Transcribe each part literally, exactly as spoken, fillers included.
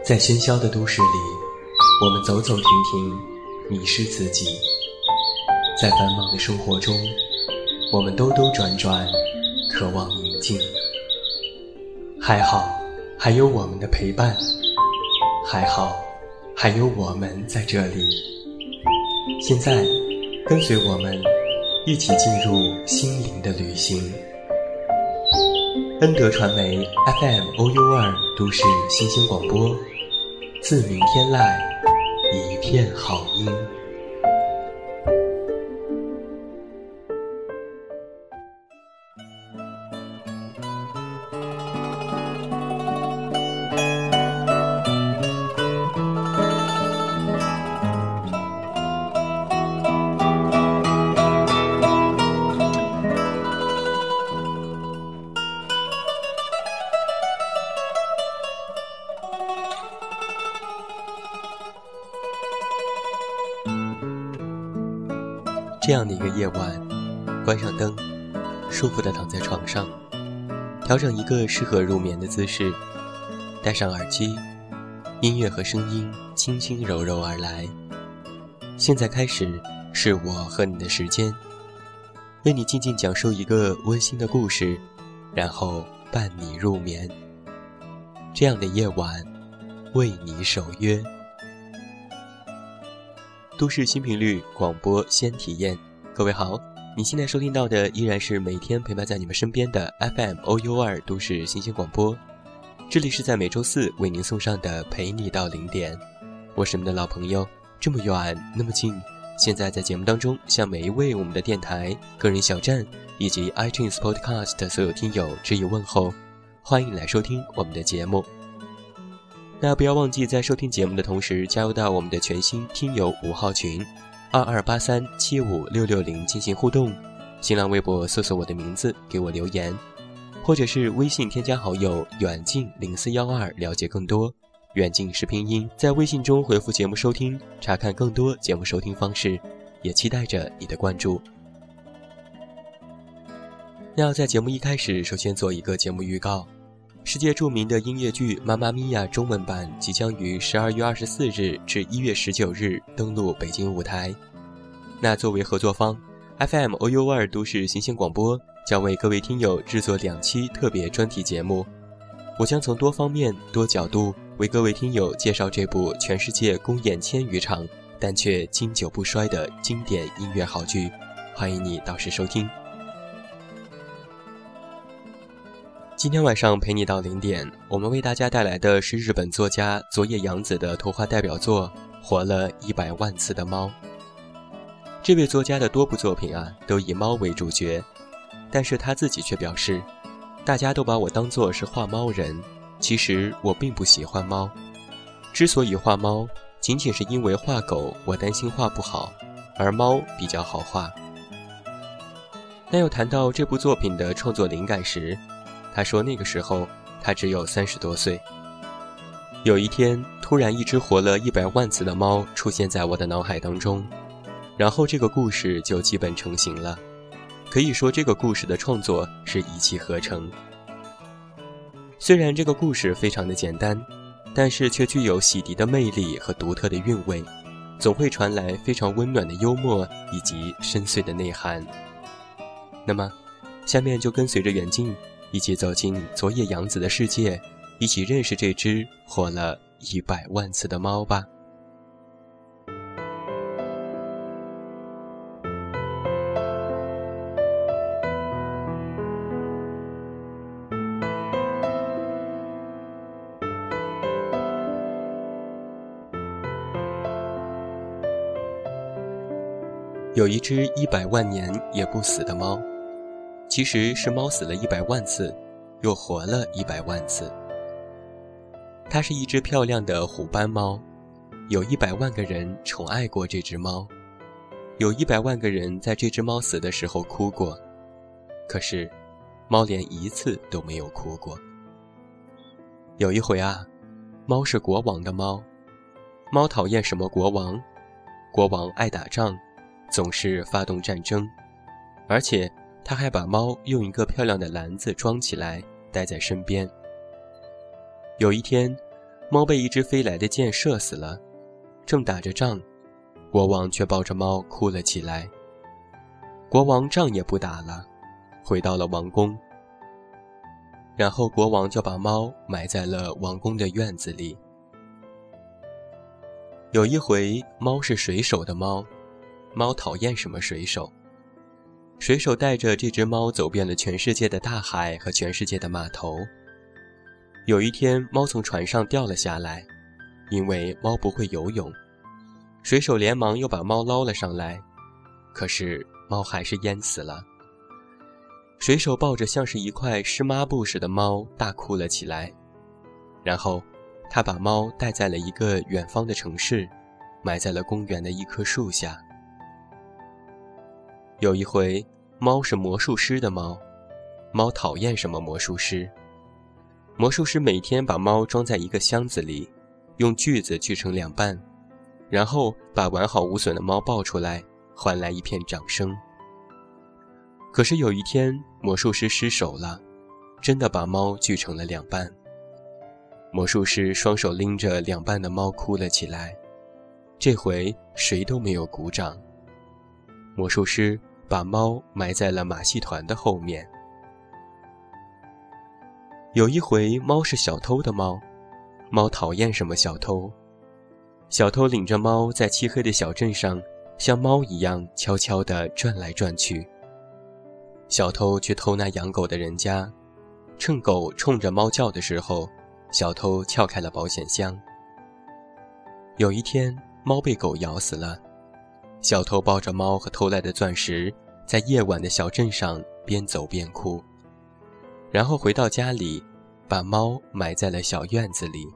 在喧嚣的都市里，我们走走停停，迷失自己；在繁忙的生活中，我们兜兜转转，渴望宁静。还好，还有我们的陪伴；还好，还有我们在这里。现在，跟随我们，一起进入心灵的旅行。恩德传媒 F M O U 二 都市新鲜广播，自鸣天籁，一片好音。这样的一个夜晚，关上灯，舒服地躺在床上，调整一个适合入眠的姿势，戴上耳机，音乐和声音轻轻柔柔而来。现在开始，是我和你的时间，为你静静讲述一个温馨的故事，然后伴你入眠。这样的夜晚，为你守约。都市新频率广播先体验，各位好，你现在收听到的依然是每天陪伴在你们身边的 F M O U 二 都市新鲜广播，这里是在每周四为您送上的陪你到零点，我是你们的老朋友，这么远那么近。现在在节目当中向每一位我们的电台、个人小站以及 iTunes Podcast 的所有听友致以问候，欢迎来收听我们的节目。那不要忘记在收听节目的同时加入到我们的全新听友五号群二二八三七五六六零进行互动，新浪微博搜索我的名字给我留言，或者是微信添加好友远近零四一二了解更多，远近是拼音，在微信中回复节目收听，查看更多节目收听方式，也期待着你的关注。那在节目一开始首先做一个节目预告，世界著名的音乐剧《妈妈咪呀》中文版即将于十二月二十四日至一月十九日登陆北京舞台。那作为合作方 ，F M O U 二 都市新鲜广播将为各位听友制作两期特别专题节目。我将从多方面、多角度为各位听友介绍这部全世界公演千余场，但却经久不衰的经典音乐好剧，欢迎你到时收听。今天晚上陪你到零点，我们为大家带来的是日本作家佐野洋子的图画代表作《活了一百万次的猫》。这位作家的多部作品啊，都以猫为主角，但是他自己却表示，大家都把我当作是画猫人，其实我并不喜欢猫。之所以画猫，仅仅是因为画狗我担心画不好，而猫比较好画。那又谈到这部作品的创作灵感时，他说那个时候他只有三十多岁。有一天突然一只活了一百万次的猫出现在我的脑海当中，然后这个故事就基本成型了。可以说这个故事的创作是一气呵成。虽然这个故事非常的简单，但是却具有洗涤的魅力和独特的韵味，总会传来非常温暖的幽默以及深邃的内涵。那么下面就跟随着远近一起走进佐野洋子的世界，一起认识这只活了一百万次的猫吧。有一只一百万年也不死的猫，其实是猫死了一百万次，又活了一百万次。它是一只漂亮的虎斑猫，有一百万个人宠爱过这只猫，有一百万个人在这只猫死的时候哭过，可是猫连一次都没有哭过。有一回啊，猫是国王的猫，猫讨厌什么国王？国王爱打仗，总是发动战争，而且他还把猫用一个漂亮的篮子装起来带在身边。有一天， 猫被一支飞来的箭射死了，正打着仗，国王却抱着猫哭了起来。国王仗也不打了，回到了王宫。然后国王就把猫埋在了王宫的院子里。有一回，猫是水手的猫，猫讨厌什么水手？水手带着这只猫走遍了全世界的大海和全世界的码头。有一天，猫从船上掉了下来，因为猫不会游泳，水手连忙又把猫捞了上来，可是猫还是淹死了。水手抱着像是一块湿抹布似的猫大哭了起来，然后他把猫带在了一个远方的城市，埋在了公园的一棵树下。有一回，猫是魔术师的猫，猫讨厌什么魔术师？魔术师每天把猫装在一个箱子里，用锯子锯成两半，然后把完好无损的猫抱出来，换来一片掌声。可是有一天，魔术师失手了，真的把猫锯成了两半。魔术师双手拎着两半的猫哭了起来，这回谁都没有鼓掌。魔术师把猫埋在了马戏团的后面。有一回，猫是小偷的猫，猫讨厌什么小偷？小偷领着猫在漆黑的小镇上，像猫一样悄悄地转来转去。小偷去偷那养狗的人家，趁狗冲着猫叫的时候，小偷撬开了保险箱。有一天，猫被狗咬死了，小偷抱着猫和偷来的钻石，在夜晚的小镇上边走边哭，然后回到家里，把猫埋在了小院子里。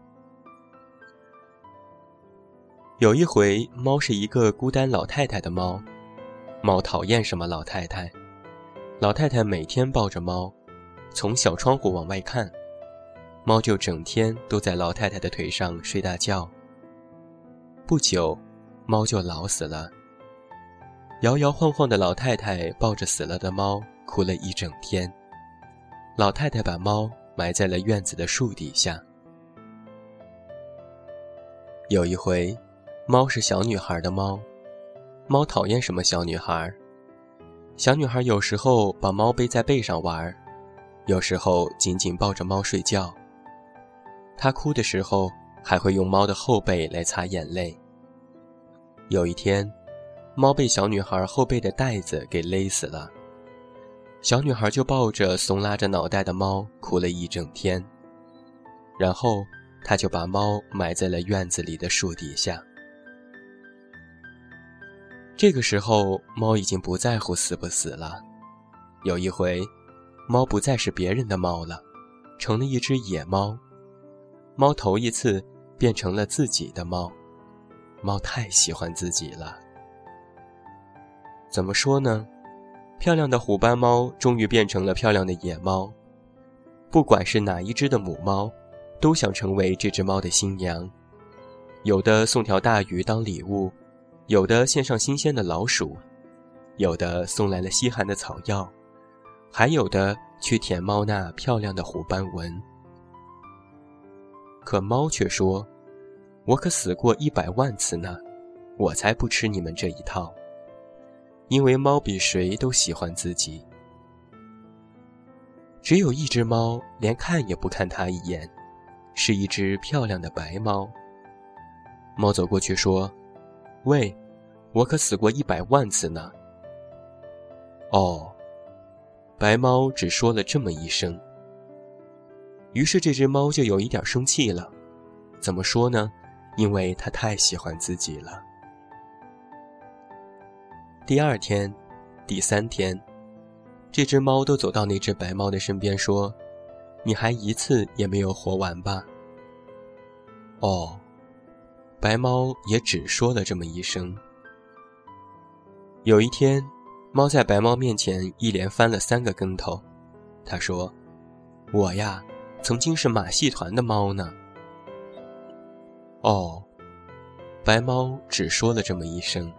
有一回，猫是一个孤单老太太的猫，猫讨厌什么老太太？老太太每天抱着猫，从小窗户往外看，猫就整天都在老太太的腿上睡大觉。不久，猫就老死了。摇摇晃晃的老太太抱着死了的猫，哭了一整天。老太太把猫埋在了院子的树底下。有一回，猫是小女孩的猫，猫讨厌什么小女孩？小女孩有时候把猫背在背上玩，有时候紧紧抱着猫睡觉。她哭的时候，还会用猫的后背来擦眼泪。有一天，猫被小女孩后背的带子给勒死了，小女孩就抱着耸拉着脑袋的猫哭了一整天，然后她就把猫埋在了院子里的树底下。这个时候，猫已经不在乎死不死了。有一回，猫不再是别人的猫了，成了一只野猫。猫头一次变成了自己的猫，猫太喜欢自己了。怎么说呢？漂亮的虎斑猫终于变成了漂亮的野猫。不管是哪一只的母猫，都想成为这只猫的新娘。有的送条大鱼当礼物，有的献上新鲜的老鼠，有的送来了稀罕的草药，还有的去舔猫那漂亮的虎斑纹。可猫却说，我可死过一百万次呢，我才不吃你们这一套。因为猫比谁都喜欢自己。只有一只猫连看也不看它一眼，是一只漂亮的白猫。猫走过去说，喂，我可死过一百万次呢。哦，白猫只说了这么一声。于是这只猫就有一点生气了。怎么说呢？因为它太喜欢自己了。第二天，第三天，这只猫都走到那只白猫的身边说，你还一次也没有活完吧？哦，白猫也只说了这么一声。有一天，猫在白猫面前一连翻了三个跟头。它说，我呀，曾经是马戏团的猫呢。哦，白猫只说了这么一声。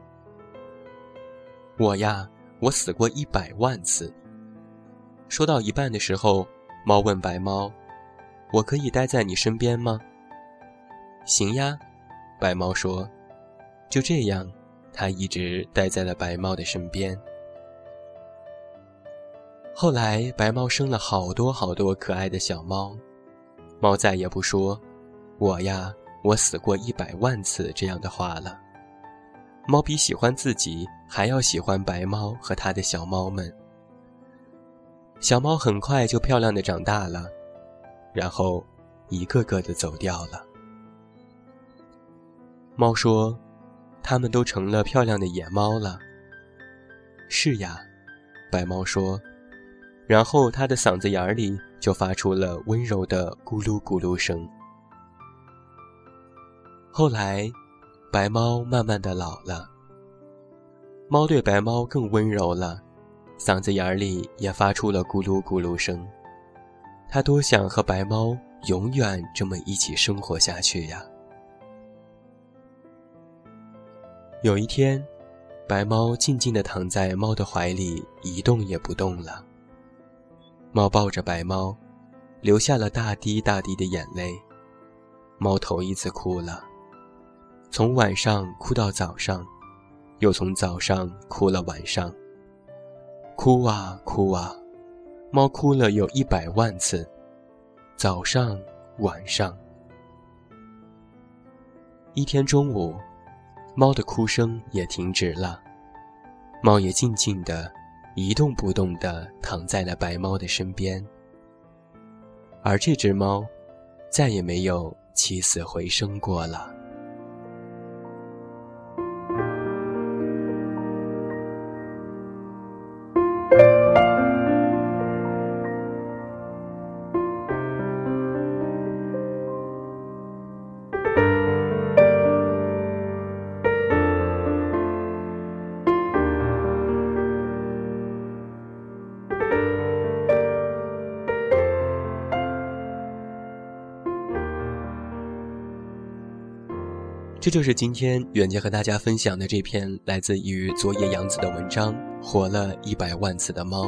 我呀，我死过一百万次。说到一半的时候，猫问白猫， 我可以待在你身边吗？行呀，白猫说。就这样，它一直待在了白猫的身边。后来白猫生了好多好多可爱的小猫，猫再也不说我呀，我死过一百万次这样的话了。猫比喜欢自己还要喜欢白猫和它的小猫们。小猫很快就漂亮的长大了，然后一个个的走掉了。猫说，它们都成了漂亮的野猫了。是呀，白猫说，然后它的嗓子眼里就发出了温柔的咕噜咕噜声。后来，白猫慢慢的老了，猫对白猫更温柔了，嗓子眼里也发出了咕噜咕噜声。它多想和白猫永远这么一起生活下去呀。有一天，白猫静静地躺在猫的怀里，一动也不动了。猫抱着白猫，流下了大滴大滴的眼泪。猫头一次哭了，从晚上哭到早上，又从早上哭了晚上。哭啊哭啊，猫哭了有一百万次，早上晚上。一天中午，猫的哭声也停止了，猫也静静地一动不动地躺在了白猫的身边。而这只猫再也没有起死回生过了。这就是今天远见和大家分享的这篇来自于佐野洋子的文章《活了一百万次的猫》。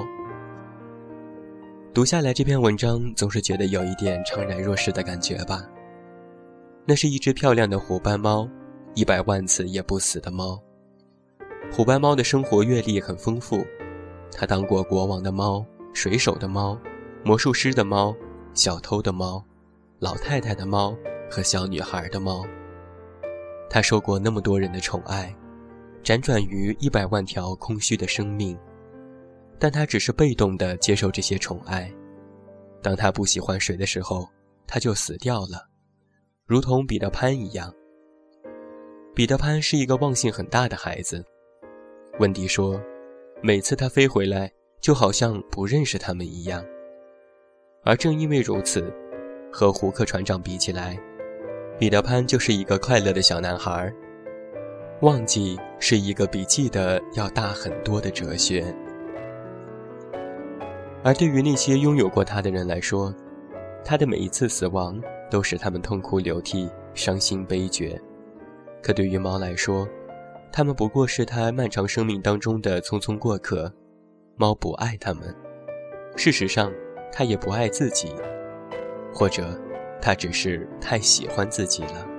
读下来这篇文章，总是觉得有一点怅然若失的感觉吧。那是一只漂亮的虎斑猫，一百万次也不死的猫。虎斑猫的生活阅历很丰富，它当过国王的猫、水手的猫、魔术师的猫、小偷的猫、老太太的猫和小女孩的猫。他受过那么多人的宠爱，辗转于一百万条空虚的生命，但他只是被动地接受这些宠爱。当他不喜欢谁的时候，他就死掉了，如同彼得潘一样。彼得潘是一个忘性很大的孩子。温迪说，每次他飞回来，就好像不认识他们一样。而正因为如此，和胡克船长比起来，彼得潘就是一个快乐的小男孩。忘记是一个比记得要大很多的哲学。而对于那些拥有过他的人来说，他的每一次死亡都使他们痛哭流涕，伤心悲绝。可对于猫来说，他们不过是他漫长生命当中的匆匆过客。猫不爱他们，事实上他也不爱自己，或者他只是太喜欢自己了。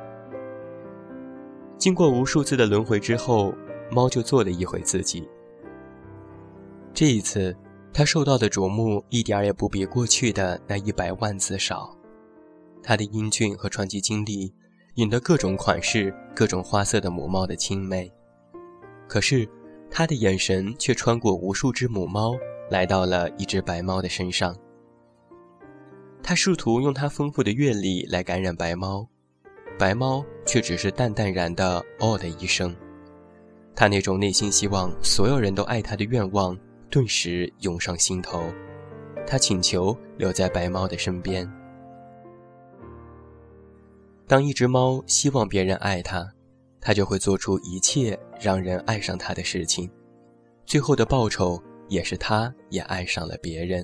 经过无数次的轮回之后，猫就做了一回自己。这一次，它受到的瞩目一点也不比过去的那一百万次少。它的英俊和传奇经历引得各种款式、各种花色的母猫的青睐。可是，它的眼神却穿过无数只母猫，来到了一只白猫的身上。他试图用他丰富的阅历来感染白猫，白猫却只是淡淡然的哦的一声。他那种内心希望所有人都爱他的愿望顿时涌上心头，他请求留在白猫的身边。当一只猫希望别人爱它，它就会做出一切让人爱上它的事情，最后的报酬也是它也爱上了别人。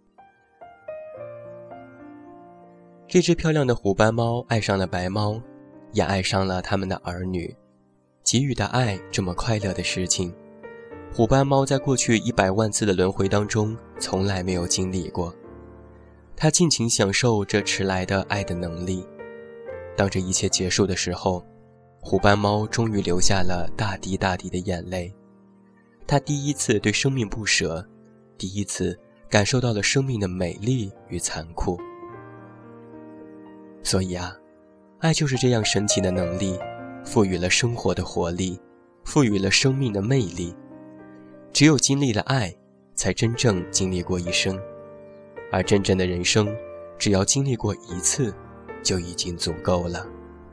这只漂亮的虎斑猫爱上了白猫，也爱上了他们的儿女。给予的爱这么快乐的事情，虎斑猫在过去一百万次的轮回当中从来没有经历过。 他尽情享受这迟来的爱的能力。当这一切结束的时候，虎斑猫终于流下了大滴大滴的眼泪。他第一次对生命不舍，第一次感受到了生命的美丽与残酷。所以啊，爱就是这样神奇的能力，赋予了生活的活力，赋予了生命的魅力。只有经历了爱，才真正经历过一生。而真正的人生，只要经历过一次，就已经足够了。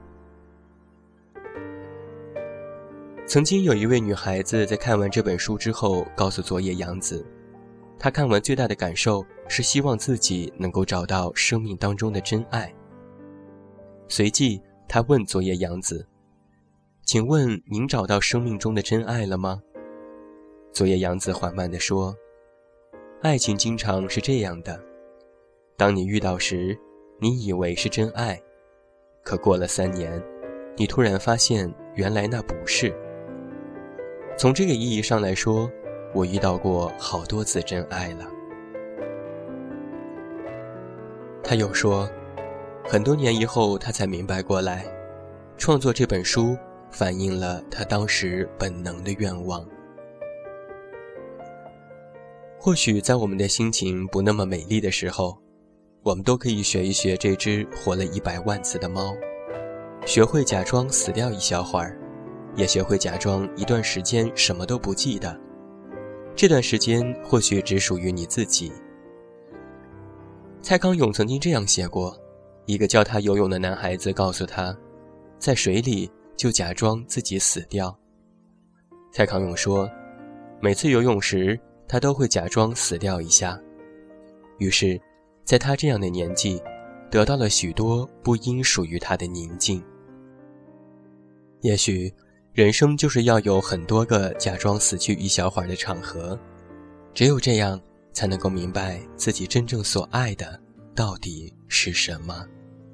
曾经有一位女孩子在看完这本书之后，告诉佐野洋子，她看完最大的感受是希望自己能够找到生命当中的真爱。随即她问佐野洋子，请问您找到生命中的真爱了吗？佐野洋子缓慢地说，爱情经常是这样的，当你遇到时，你以为是真爱，可过了三年，你突然发现原来那不是。从这个意义上来说，我遇到过好多次真爱了。他又说，很多年以后他才明白过来，创作这本书反映了他当时本能的愿望。或许在我们的心情不那么美丽的时候，我们都可以学一学这只活了一百万次的猫，学会假装死掉一小会儿，也学会假装一段时间什么都不记得。这段时间或许只属于你自己。蔡康永曾经这样写过，一个教他游泳的男孩子告诉他，在水里就假装自己死掉。蔡康永说，每次游泳时他都会假装死掉一下。于是在他这样的年纪，得到了许多不应属于他的宁静。也许人生就是要有很多个假装死去一小会儿的场合，只有这样才能够明白自己真正所爱的到底是什么。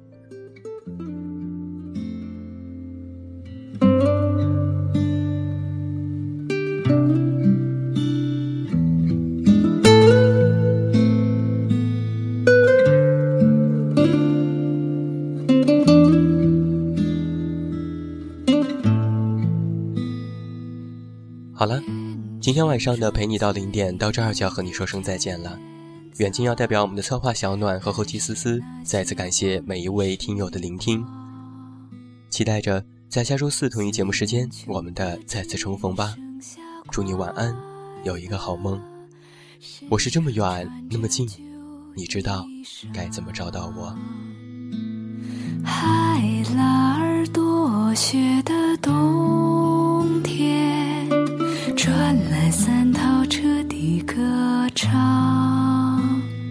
好了，今天晚上的陪你到零点到这儿就要和你说声再见了。远近要代表我们的策划小暖和后期思思再次感谢每一位听友的聆听，期待着在下周四同一节目时间我们的再次重逢吧。祝你晚安，有一个好梦。我是这么远那么近，你知道该怎么找到我。 海拉尔多雪的冬天，传来三套车的歌唱，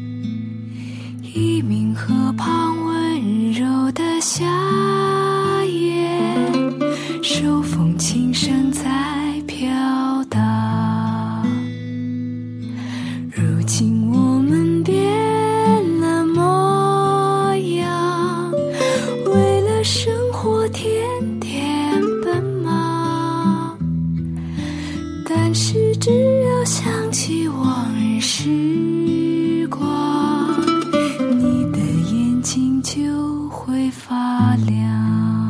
一名河旁温柔的夏夜，手风琴声在飘荡。如今我们变了模样，为了生活天天奔忙，但是只要想起往日时光，你的眼睛就会发亮。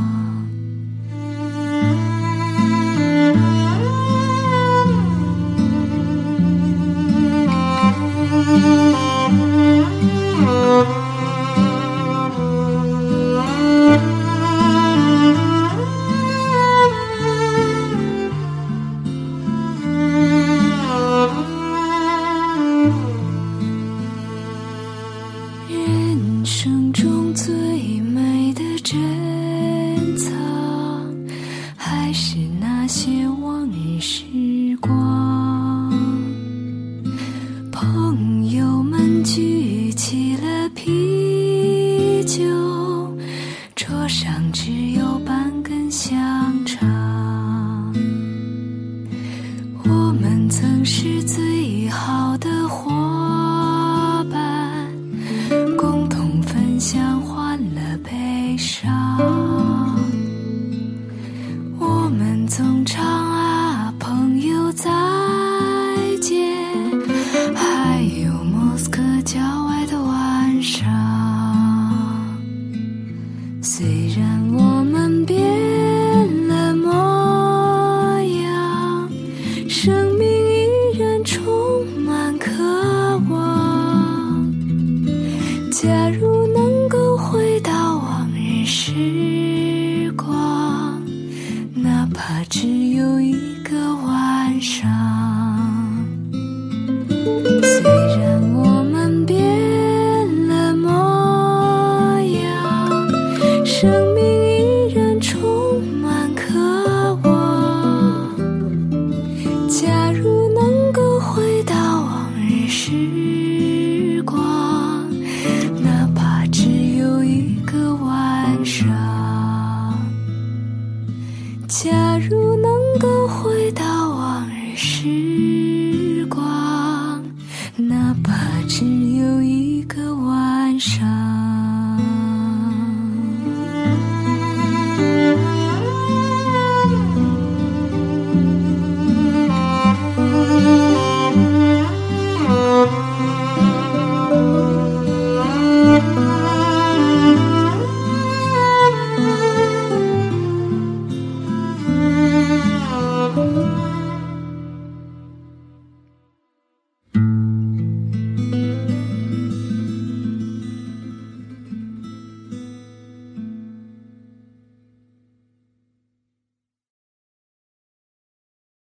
人生中最美的珍藏，还是那些往日时光。朋友们举起了啤酒，桌上只有半根香肠。我们曾是最好的伙伴，共同分享欢乐悲伤。我们总唱啊朋友再见，还有莫斯科郊外的晚上。 生命依然充满渴望。假如能够回到往日时光，哪怕只有一个晚上。虽然我们变了模样，生命依然充满渴望。假如能够回到往日时光，哪怕只有一个晚上。假如能够回到往日时光，哪怕只有